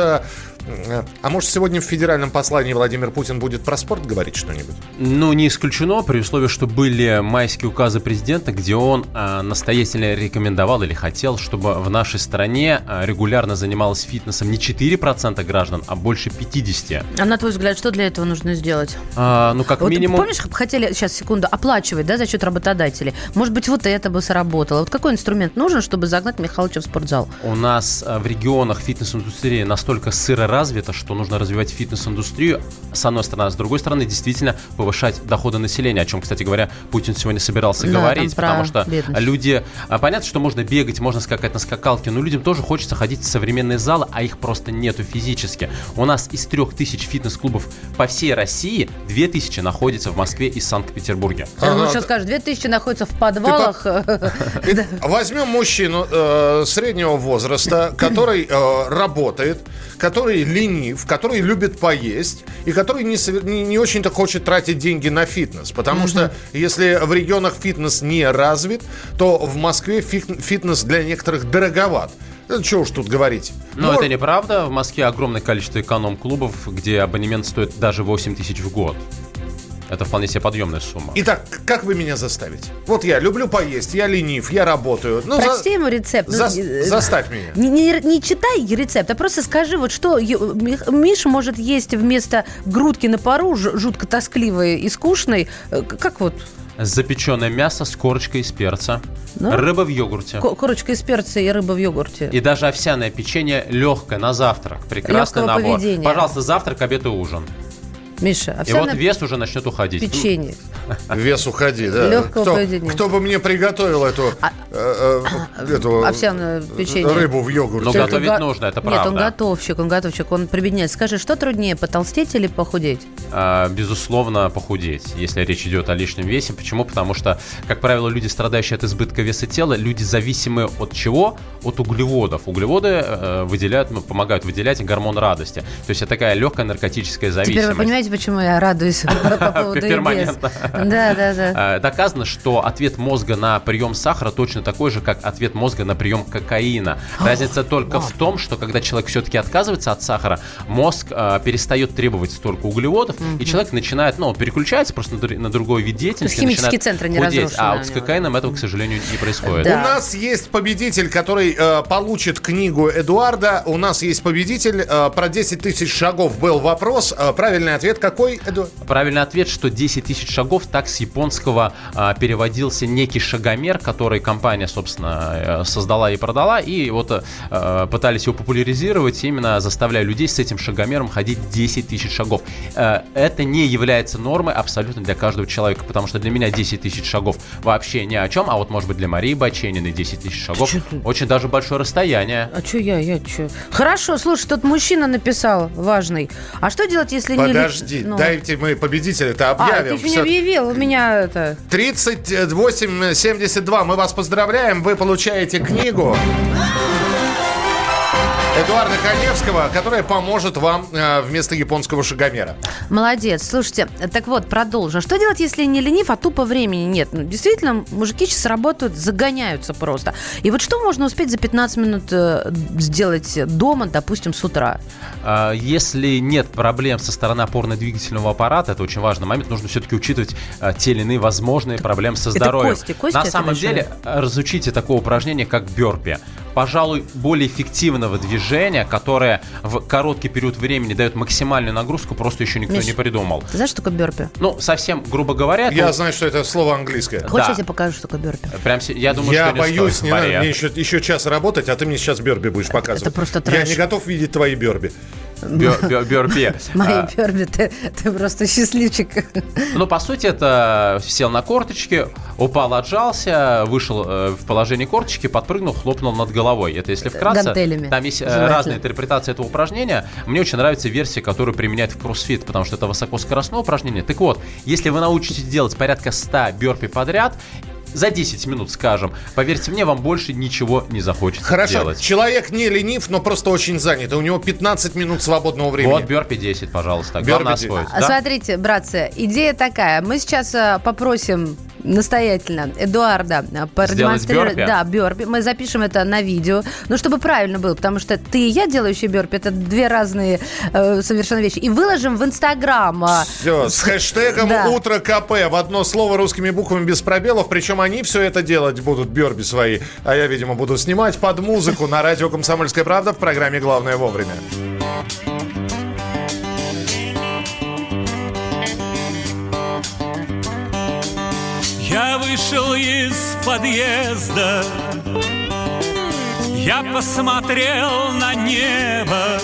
B: А может, сегодня в федеральном послании Владимир Путин будет про спорт говорить что-нибудь?
D: Ну, не исключено, при условии, что были майские указы президента, где он э, настоятельно рекомендовал или хотел, чтобы в нашей стране э, регулярно занималось фитнесом не четыре процента граждан, а больше пятьдесят процентов.
C: А на твой взгляд, что для этого нужно сделать?
D: А, ну, как
C: вот
D: минимум...
C: Помнишь, хотели, сейчас, секунду, оплачивать, да, за счет работодателей? Может быть, вот это бы сработало. Вот какой инструмент нужен, чтобы загнать Михалыча в спортзал?
D: У нас э, в регионах фитнес-индустрия настолько сыро развито, что нужно развивать фитнес-индустрию, с одной стороны, а с другой стороны, действительно повышать доходы населения, о чем, кстати говоря, Путин сегодня собирался да, говорить, потому что бедность. Люди... Понятно, что можно бегать, можно скакать на скакалке, но людям тоже хочется ходить в современные залы, а их просто нету физически. У нас из трех тысяч фитнес-клубов по всей России две тысячи находятся в Москве и Санкт-Петербурге.
C: Я думаю, сейчас скажешь, две тысячи находятся в подвалах.
B: Возьмем мужчину среднего возраста, который работает, который ленив, который любит поесть и который не, не, не очень-то хочет тратить деньги на фитнес. Потому mm-hmm. что если в регионах фитнес не развит, то в Москве фитнес для некоторых дороговат. Это что уж тут говорить.
D: Но
B: Но...
D: это неправда. В Москве огромное количество эконом-клубов, где абонемент стоит даже восемь тысяч в год. Это вполне себе подъемная сумма.
B: Итак, как вы меня заставите? Вот я люблю поесть, я ленив, я работаю. Ну,
C: Прочти за... ему рецепт.
B: За... Ну, заставь меня.
C: Не, не, не читай рецепт, а просто скажи, вот что Миша может есть вместо грудки на пару, жутко тоскливой и скучной. Как вот?
D: Запеченное мясо с корочкой из перца. Ну? Рыба в йогурте.
C: К- корочка из перца и рыба в йогурте.
D: И даже овсяное печенье легкое на завтрак. Прекрасный
C: Легкого
D: набор.
C: Поведения.
D: Пожалуйста, завтрак, обед и ужин.
C: Миша,
D: и вот вес уже начнет уходить.
C: Печенье.
B: Вес уходи, да.
C: Легкого
B: кто,
C: поведения.
B: Кто бы мне приготовил эту, а, э, э, эту
C: овсяное печенье.
B: Рыбу в йогурте?
D: Но готовить го... нужно, это правда.
C: Нет, он готовщик, он готовщик, он прибедняет. Скажи, что труднее, потолстеть или похудеть?
D: А, безусловно, похудеть, если речь идет о лишнем весе. Почему? Потому что, как правило, люди, страдающие от избытка веса тела, люди зависимы от чего? От углеводов. Углеводы э, выделяют, помогают выделять гормон радости. То есть это такая легкая наркотическая зависимость.
C: Теперь вы понимаете, почему я радуюсь по поводу
D: перманентно.
C: Да, да, да.
D: Доказано, что ответ мозга на прием сахара точно такой же, как ответ мозга на прием кокаина. Разница только в том, что когда человек все-таки отказывается от сахара, мозг э, перестает требовать столько углеводов, mm-hmm. и человек начинает, ну, переключается просто на, на другой вид деятельности.
C: То есть химические центры не разрушены.
D: А вот с кокаином этого, к сожалению, не происходит.
B: Да. У нас есть победитель, который э, получит книгу Эдуарда. У нас есть победитель. Э, про десять тысяч шагов был вопрос. Э, правильный ответ какой, Эдуард?
D: Правильный ответ, что десять тысяч шагов, так с японского а, переводился некий шагомер, который компания компания, собственно, создала и продала, и вот э, пытались его популяризировать, именно заставляя людей с этим шагомером ходить десять тысяч шагов. Э, это не является нормой абсолютно для каждого человека, потому что для меня десять тысяч шагов вообще ни о чем, а вот, может быть, для Марии Бачениной десять тысяч шагов очень даже большое расстояние.
C: А что я, я что? Хорошо, слушай, тут мужчина написал, важный. А что делать, если
B: Подожди,
C: не...
B: Подожди, ну... дайте мы победителя-то объявим.
C: А, ты еще не объявил, у меня это...
B: тридцать восемь семьдесят два, мы вас поздравляем, вы получаете книгу Эдуарда Каневского, которая поможет вам э, вместо японского шагомера.
C: Молодец. Слушайте, так вот, продолжим. Что делать, если не ленив, а тупо времени нет? Ну, действительно, мужики сейчас работают, загоняются просто. И вот что можно успеть за пятнадцать минут э, сделать дома, допустим, с утра?
D: Если нет проблем со стороны опорно-двигательного аппарата, это очень важный момент, нужно все-таки учитывать э, те или иные возможные проблемы со здоровьем.
C: Это кости, кости
D: На самом деле, разучите такое упражнение, как бёрпи. Пожалуй, более эффективного движения, которое в короткий период времени дает максимальную нагрузку, просто еще никто Миш, не придумал.
C: Ты знаешь, что такое бёрпи?
D: Ну, совсем грубо говоря...
B: Я
D: то...
B: знаю, что это слово английское.
C: Хочешь, да. я тебе покажу, что такое бёрпи?
D: Прям, я думаю,
B: я
D: что
B: боюсь,
D: не,
B: не надо, мне еще, еще час работать, а ты мне сейчас бёрпи будешь показывать.
C: Это просто трэш.
B: Я не готов видеть твои бёрпи.
D: Бёрпи.
C: Мои бёрпи, ты, ты просто счастливчик.
D: Ну, по сути, это сел на корточки, упал, отжался, вышел э, в положение корточки, подпрыгнул, хлопнул над головой. Это если вкратце.
C: Гантелями.
D: Там есть э, разные интерпретации этого упражнения. Мне очень нравится версия, которую применяют в кроссфит, потому что это высокоскоростное упражнение. Так вот, если вы научитесь делать порядка ста бёрпи подряд, за десять минут, скажем, поверьте мне, вам больше ничего не захочется
B: Хорошо.
D: делать.
B: Хорошо, человек не ленив, но просто очень занят. У него пятнадцать минут свободного времени.
D: Вот бёрпи десять, пожалуйста. Главное освоить.
C: Да? Смотрите, братцы, идея такая. Мы сейчас попросим настоятельно Эдуарда продемонстрировать.
D: Бёрпи?
C: Да, бёрпи. Мы запишем это на видео. Ну, чтобы правильно было, потому что ты и я, делающие бёрпи, это две разные э, совершенно вещи. И выложим в Инстаграм.
B: Все, с хэштегом да. «Утро КП» в одно слово русскими буквами без пробелов. Причем они все это делать будут, бёрпи свои. А я, видимо, буду снимать под музыку на радио «Комсомольская правда» в программе «Главное вовремя».
Q: Я вышел из подъезда, я посмотрел на небо,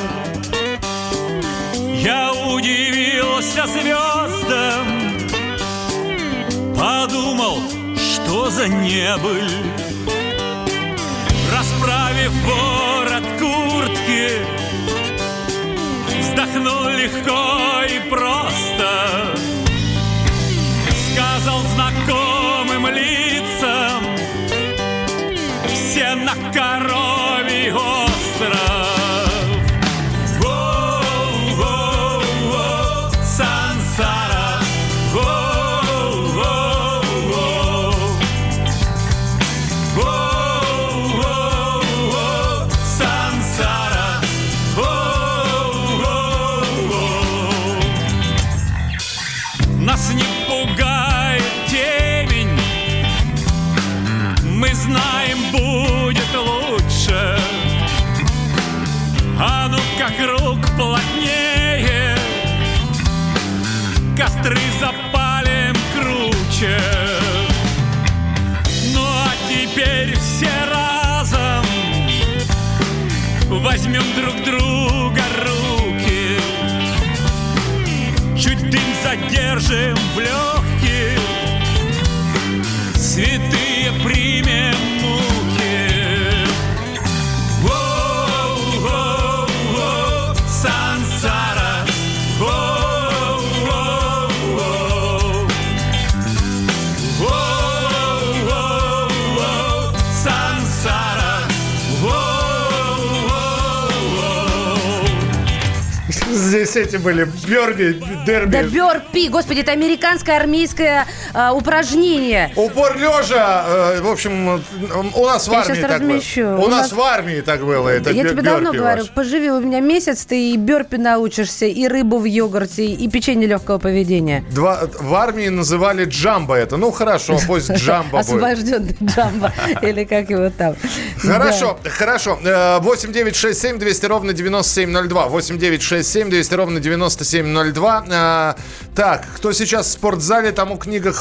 Q: я удивился звездам, подумал, что за небыль. Расправив ворот куртки, вздохнул легко и просто, сказал знакомым лицам: все на Коровий остров. Воу-воу-воу, сансара, воу-воу-воу, воу-воу-воу, сансара, воу-воу-воу. Нас не пугает темень, мы знаем, будет лучше. А ну как рук плотнее, костры запалим круче. Ну а теперь все разом возьмем друг друга руки, чуть дым задержим в легких, святые примем муки. Воу-воу-воу, сансара, воу-воу-воу, воу-воу-воу, сансара, воу-воу-воу.
B: Здесь эти были бёрпи, дерби.
C: Да бёрпи, господи, это американское армейское э, упражнение.
B: Упор лежа, э, в общем, у нас в
C: Я
B: армии так
C: размещу.
B: было. У, у нас, нас в армии так было. Это
C: Я
B: бё-
C: тебе давно
B: бёрпи
C: говорю,
B: ваш.
C: поживи у меня месяц, ты и бёрпи научишься, и рыбу в йогурте, и печенье легкого поведения.
B: Два, в армии называли джамбо это. Ну хорошо, пусть джамбо будет.
C: Освобожденный джамбо, или как его там.
B: Хорошо, хорошо. восемь девять шесть семь двести ровно девяносто семь ноль два. восемь девять шесть семь двести ровно девяносто семь ноль два. Так, кто сейчас в спортзале, тому книга хватит.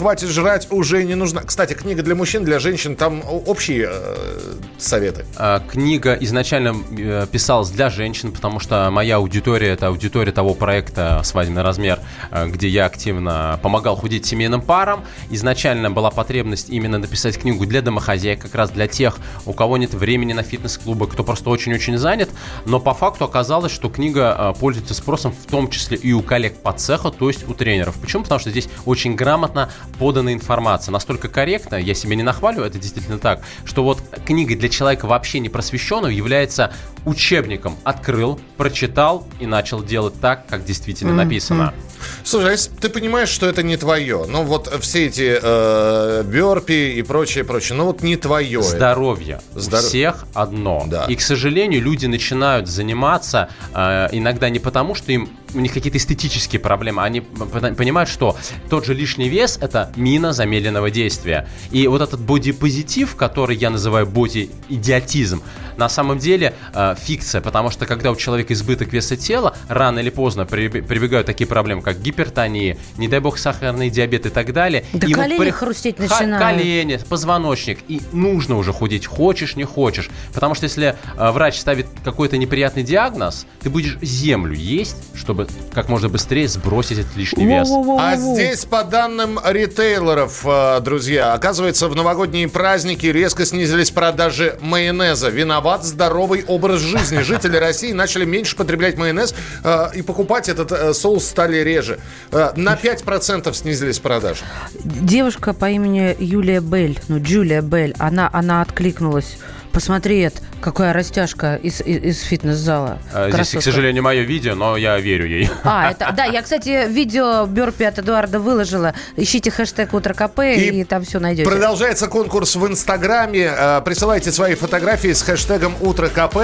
B: хватит жрать уже не нужна. Кстати, книга для мужчин, для женщин, там общие э, советы.
D: Книга изначально э, писалась для женщин, потому что моя аудитория — это аудитория того проекта «Свадебный размер», э, где я активно помогал худеть семейным парам. Изначально была потребность именно написать книгу для домохозяек, как раз для тех, у кого нет времени на фитнес-клубы, кто просто очень-очень занят. Но по факту оказалось, что книга э, пользуется спросом в том числе и у коллег по цеху, то есть у тренеров. Почему? Потому что здесь очень грамотно подана информация. Настолько корректно, я себя не нахвалю, это действительно так, что вот книга для человека вообще не просвещенного является учебником. Открыл, прочитал и начал делать так, как действительно mm-hmm. написано.
B: Слушай, а если ты понимаешь, что это не твое, ну вот все эти э, бёрпи и прочее, прочее, ну вот не твое.
D: Здоровье.
B: Здоров...
D: У всех одно.
B: Да.
D: И, к сожалению, люди начинают заниматься э, иногда не потому, что им у них какие-то эстетические проблемы, они понимают, что тот же лишний вес – это мина замедленного действия. И вот этот бодипозитив, который я называю боди-идиотизм, на самом деле э, фикция, потому что когда у человека избыток веса тела, рано или поздно прибегают такие проблемы, как гипертония, не дай бог сахарный диабет и так далее.
C: Да
D: и
C: колени
D: при...
C: хрустеть начинают.
D: Колени, позвоночник. И нужно уже худеть, хочешь, не хочешь. Потому что если э, врач ставит какой-то неприятный диагноз, ты будешь землю есть, чтобы как можно быстрее сбросить этот лишний вес.
B: А здесь, по данным ритейлеров, друзья, оказывается, в новогодние праздники резко снизились продажи майонеза. Виноват здоровый образ жизни. Жители России начали меньше потреблять майонез э, и покупать этот э, соус стали реже. Э, на пять процентов снизились продажи.
C: Девушка по имени Юлия Белль, ну, Джулия Белль, она, она откликнулась. Посмотри, это, какая растяжка из, из, из фитнес-зала.
D: А, здесь, к сожалению, мое видео, но я верю ей.
C: А, это, да, я, кстати, видео бёрпи от Эдуарда выложила. Ищите хэштег «Утро КП» и, и там все найдете.
B: Продолжается конкурс в Инстаграме. Присылайте свои фотографии с хэштегом «Утро КП».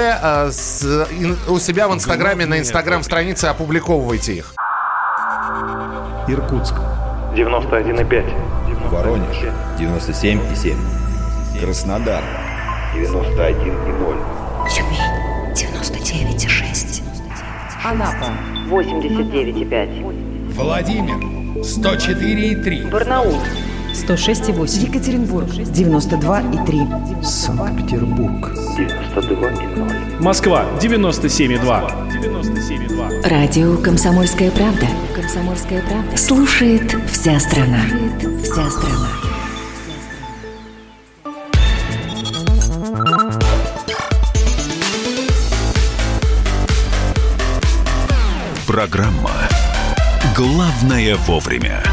B: У себя в Инстаграме, на Инстаграм-странице опубликовывайте их.
R: Иркутск. девяносто один и пять.
S: Воронеж. девяносто семь и семь. Краснодар. девяносто один и ноль.
T: Тюмень. девяносто девять и шесть.
U: Анапа. восемьдесят девять и пять.
V: Владимир. сто четыре и три.
U: Барнаул.
W: сто шесть и восемь. Екатеринбург. девяносто два и три.
R: Санкт-Петербург.
V: девяносто два и ноль.
R: Москва. девяносто семь и два.
T: Радио «Комсомольская правда». «Комсомольская правда». Слушает вся страна. Слушает вся страна.
A: Программа «Главное вовремя».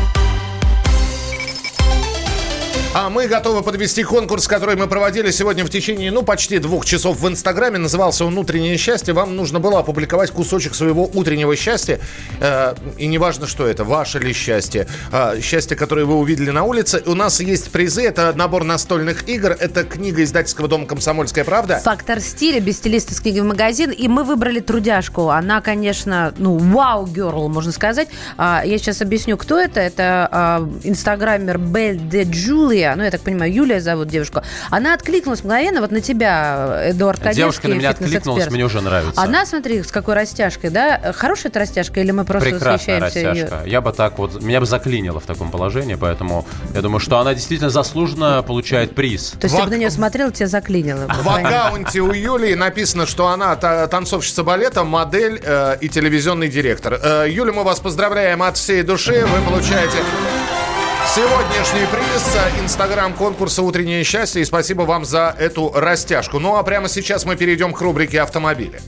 B: А мы готовы подвести конкурс, который мы проводили сегодня в течение, ну, почти двух часов в Инстаграме. Назывался он «Утреннее счастье». Вам нужно было опубликовать кусочек своего утреннего счастья. Э, и неважно, что это, ваше ли счастье. Э, счастье, которое вы увидели на улице. У нас есть призы. Это набор настольных игр. Это книга издательского дома «Комсомольская правда».
C: «Фактор стиля», без стилиста с книги в магазин. И мы выбрали трудяжку. Она, конечно, ну, вау-герл, можно сказать. А, я сейчас объясню, кто это. Это а, инстаграмер Бель де Джулия. Ну, я так понимаю, Юлия зовут девушку. Она откликнулась мгновенно вот на тебя, Эдуард Кадетский.
D: Девушка на меня откликнулась, мне уже нравится.
C: Она, смотри, с какой растяжкой, да? Хорошая это растяжка или мы просто
D: прекрасная
C: восхищаемся
D: растяжка.
C: ее?
D: Я бы так вот... Меня бы заклинило в таком положении, поэтому я думаю, что она действительно заслуженно получает приз.
C: То есть
B: в...
C: ты бы на нее смотрел, тебя заклинило.
B: В аккаунте у Юлии написано, что она танцовщица балета, модель э, и телевизионный директор. Э, Юля, мы вас поздравляем от всей души. Вы получаете... сегодняшний приз Инстаграм конкурса «Утреннее счастье». И спасибо вам за эту растяжку. Ну а прямо сейчас мы перейдем к рубрике «Автомобили».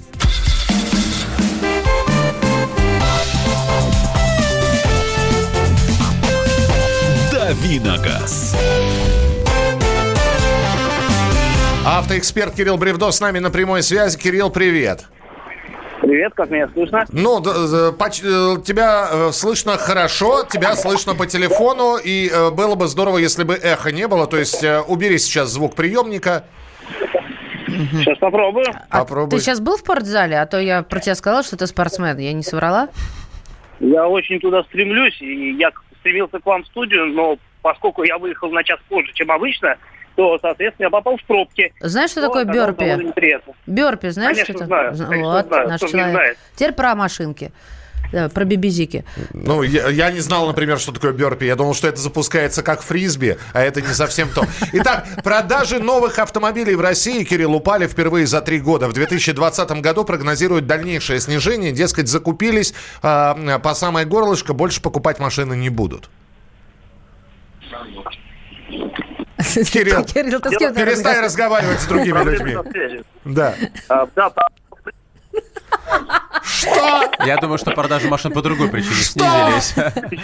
A: «Дави на газ».
B: Автоэксперт Кирилл Бревдо с нами на прямой связи. Кирилл, привет.
X: Привет, как меня слышно?
B: Ну, тебя слышно хорошо, тебя слышно по телефону, и было бы здорово, если бы эха не было. То есть убери сейчас звук приемника.
X: Сейчас попробую.
C: А Попробуй. Ты сейчас был в спортзале? А то я про тебя сказала, что ты спортсмен. Я не соврала?
X: Я очень туда стремлюсь, и я стремился к вам в студию, но поскольку я выехал на час позже, чем обычно, то, соответственно, я попал в пробки.
C: Знаешь, что такое бёрпи? Бёрпи, знаешь,
X: Конечно,
C: что это?
X: знаю. Конечно,
C: вот,
X: знаю.
C: наш
X: Кто
C: человек.
X: не знает.
C: Теперь про машинки. Да, про бибизики.
B: Ну, я, я не знал, например, что такое бёрпи. Я думал, что это запускается как фрисби, а это не совсем то. Итак, продажи новых автомобилей в России, Кирилл, упали впервые за три года. В две тысячи двадцатом году прогнозируют дальнейшее снижение. Дескать, закупились э, по самое горлышко, больше покупать машины не будут. Кирилл,
C: Кирилл, ты с кем
B: перестань разговаривать с другими людьми. Да. Что?
D: Я думаю, что продажи машин по другой причине снизились.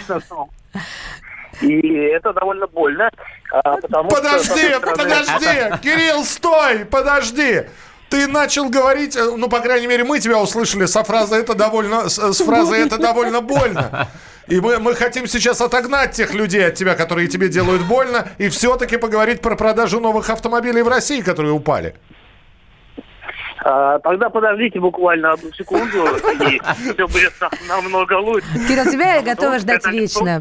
X: И это довольно больно. Потому
B: подожди,
X: что,
B: подожди, Кирилл, стой, подожди. Ты начал говорить, ну, по крайней мере, мы тебя услышали со фразой «это довольно», с, с фразой «это довольно больно». И мы, мы хотим сейчас отогнать тех людей от тебя, которые тебе делают больно, и все-таки поговорить про продажу новых автомобилей в России, которые упали.
X: А, тогда подождите буквально одну секунду, и все будет намного лучше.
C: Кирилл, тебя я готова ждать вечно.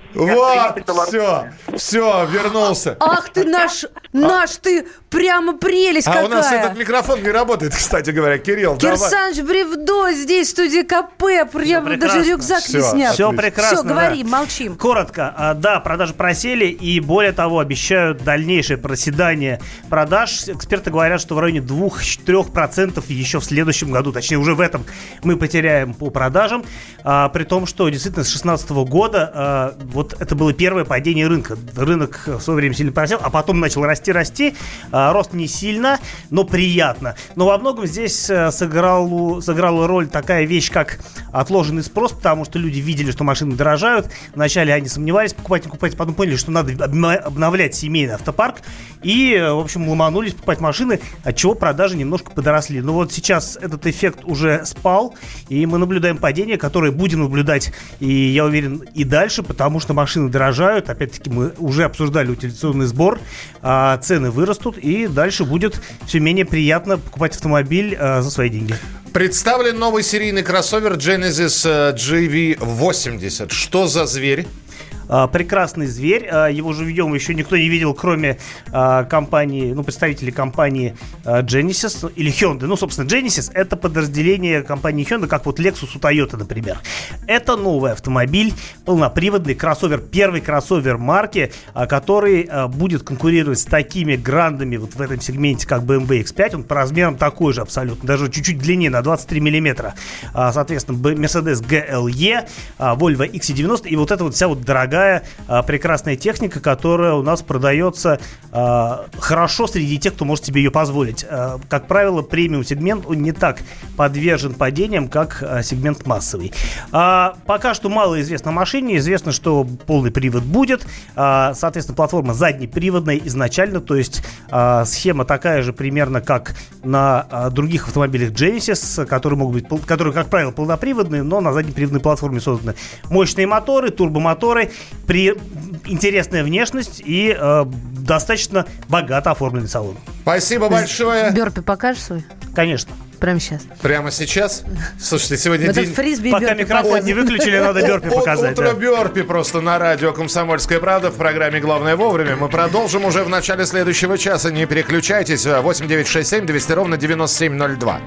B: Вот, все, все, вернулся.
C: Ах ты наш, наш ты, прямо прелесть
B: а
C: какая.
B: А у нас этот микрофон не работает, кстати говоря, Кирилл.
C: Кирсаныч Бревдо здесь, в студии КП, прямо даже рюкзак
E: все.
C: не снял.
E: Все прекрасно.
C: Все, говори,
E: да.
C: молчим.
E: Коротко, да, продажи просели, и более того, обещают дальнейшее проседание продаж. Эксперты говорят, что в районе двух-четырех процентов еще в следующем году, точнее уже в этом, мы потеряем по продажам, а, при том, что действительно с две тысячи шестнадцатого года а, вот это было первое падение рынка. Рынок в свое время сильно просел, а потом начал расти-расти. А, рост не сильно, но приятно. Но во многом здесь сыграл, сыграла роль такая вещь, как отложенный спрос, потому что люди видели, что машины дорожают. Вначале они сомневались, покупать, не покупать, потом поняли, что надо обновлять семейный автопарк. И, в общем, ломанулись покупать машины, отчего продажи немножко подросли. Но вот сейчас этот эффект уже спал, и мы наблюдаем падение, которое будем наблюдать, и я уверен, и дальше, потому что машины дорожают. Опять-таки, мы уже обсуждали утилизационный сбор, а цены вырастут, и дальше будет все менее приятно покупать автомобиль а, за свои деньги.
B: Представлен новый серийный кроссовер Genesis джи ви восемьдесят. Что за зверь?
E: Прекрасный зверь. Его живьем еще никто не видел, кроме компании, ну, представителей компании Genesis или Hyundai. Ну, собственно, Genesis — это подразделение компании Hyundai, как вот Lexus у Toyota, например. Это новый автомобиль, полноприводный кроссовер, первый кроссовер марки, который будет конкурировать с такими грандами вот в этом сегменте, как бэ эм вэ икс пять. Он по размерам такой же абсолютно, даже чуть-чуть длиннее, на двадцать три миллиметра. Соответственно, Mercedes джи эл и, Volvo икс си девяносто и вот эта вот вся вот дорогая прекрасная техника, которая у нас продается э, хорошо среди тех, кто может себе ее позволить. Э, как правило, премиум-сегмент он не так подвержен падениям, как э, сегмент массовый. Э, пока что мало известно о машине. Известно, что полный привод будет. Э, соответственно, платформа заднеприводная изначально, то есть э, схема такая же примерно, как на э, других автомобилях Genesis, которые могут быть, которые, как правило, полноприводные, но на заднеприводной платформе созданы. Мощные моторы, турбомоторы, при интересная внешность и э, достаточно богато оформленный салон.
B: Спасибо большое.
C: Бёрпи покажешь свой?
E: Конечно.
C: Прямо сейчас.
B: Прямо сейчас? Слушайте, сегодня
C: вот
B: день...
C: Фрисби
E: Пока микрофон не выключили, надо бёрпи показать.
B: Утро бёрпи просто на радио «Комсомольская правда» в программе «Главное вовремя». Мы продолжим уже в начале следующего часа. Не переключайтесь. восемь девятьсот шестьдесят семь двести ровно девяносто семь ноль два.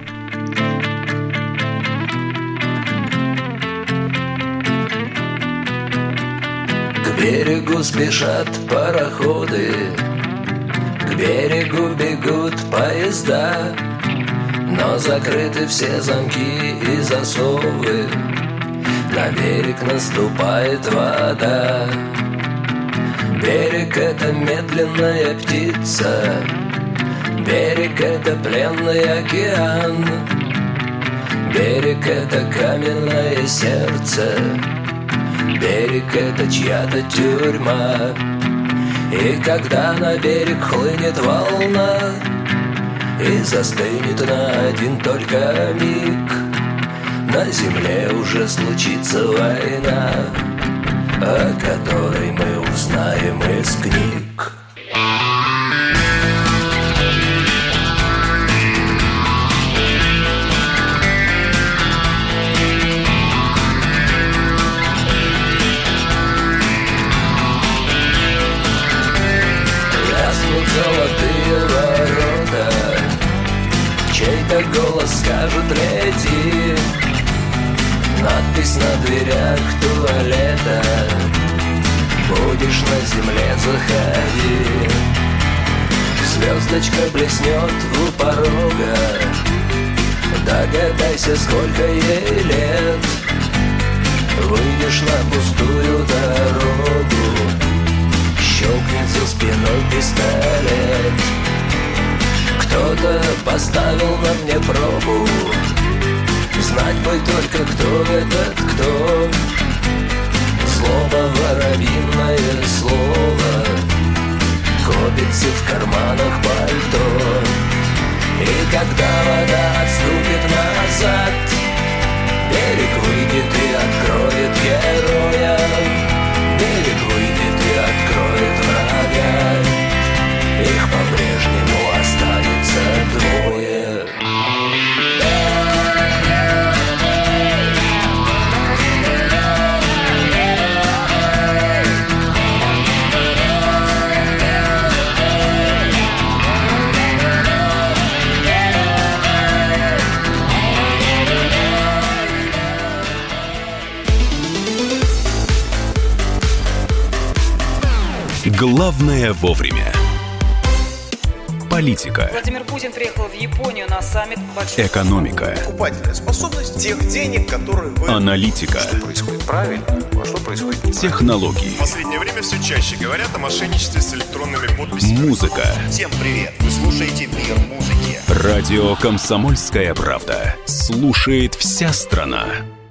K: К берегу спешат пароходы, к берегу бегут поезда, но закрыты все замки и засовы, на берег наступает вода. Берег — это медленная птица, берег — это пленный океан, берег — это каменное сердце, берег — это чья-то тюрьма. И когда на берег хлынет волна и застынет на один только миг, на земле уже случится война, о которой мы узнаем из книг. Золотые ворота, чей-то голос скажет: лети. Надпись на
F: заходи. Звездочка блеснет у порога, догадайся, сколько ей лет. Выйдешь на пустую дорогу, щелкнет за спиной пистолет. Кто-то поставил на мне пробу, знать бы только, кто этот кто. Злоба, воробьиное слово, копится в карманах пальто. И когда вода отступит назад, берег выйдет и откроет героя. Берег выйдет и откроет врага. Их по-прежнему останется двое.
A: Главное вовремя. Политика.
G: Владимир Путин приехал в Японию на саммит большой.
A: Экономика.
H: Покупательная способность тех денег, которые вы...
A: Аналитика.
H: Что происходит правильно, а что происходит неправильно.
A: Технологии.
H: В последнее время все чаще говорят о мошенничестве с электронными подписями.
A: Музыка.
H: Всем привет! Вы слушаете «Мир музыки».
A: Радио «Комсомольская правда». Слушает вся страна.